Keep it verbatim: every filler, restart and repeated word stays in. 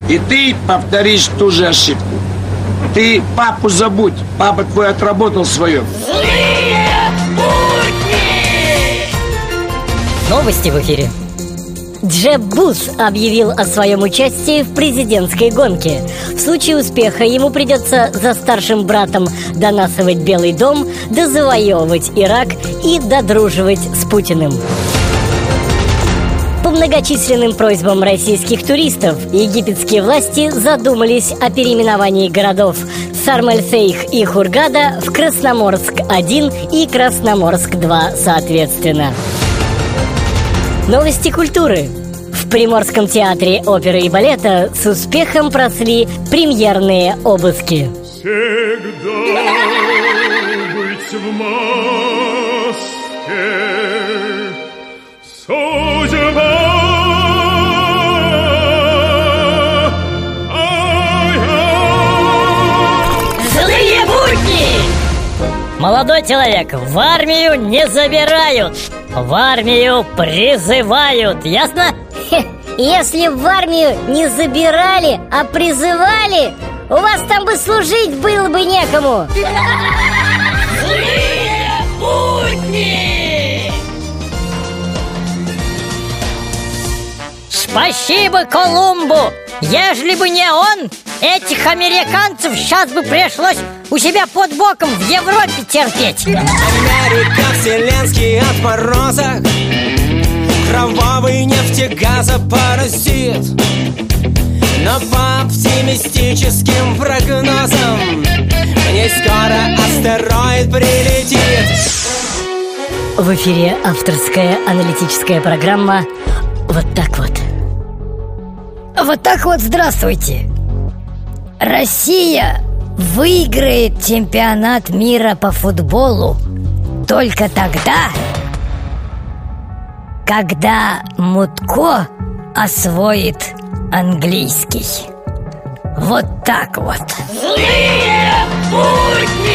И ты повторишь ту же ошибку. Ты папу забудь. Папа твой отработал свое. Злые будни! Новости в эфире. Джеб Буш объявил о своем участии в президентской гонке. В случае успеха ему придется за старшим братом донасывать Белый дом, дозавоевывать Ирак и додруживать с Путиным. По многочисленным просьбам российских туристов египетские власти задумались о переименовании городов Шарм-эль-Шейх и Хургада в Красноморск-один и Красноморск-два соответственно. Новости культуры. В Приморском театре оперы и балета с успехом прошли премьерные обыски. Всегда быть в маске, судьба. Злые будни! Молодой человек, в армию не забирают, в армию призывают, ясно? Хе, если в армию не забирали, а призывали, у вас там бы служить было бы некому. Злые будни! Спасибо Колумбу! Ежели бы не он, этих американцев сейчас бы пришлось у себя под боком в Европе терпеть. Америка вселенский отморозок, кровавый нефтегазопаразит. Но по оптимистическим прогнозам не скоро астероид прилетит. В эфире авторская аналитическая программа «Вот так вот». Вот так вот, здравствуйте. Россия выиграет чемпионат мира по футболу только тогда, когда Мутко освоит английский. Вот так вот. Злые будни!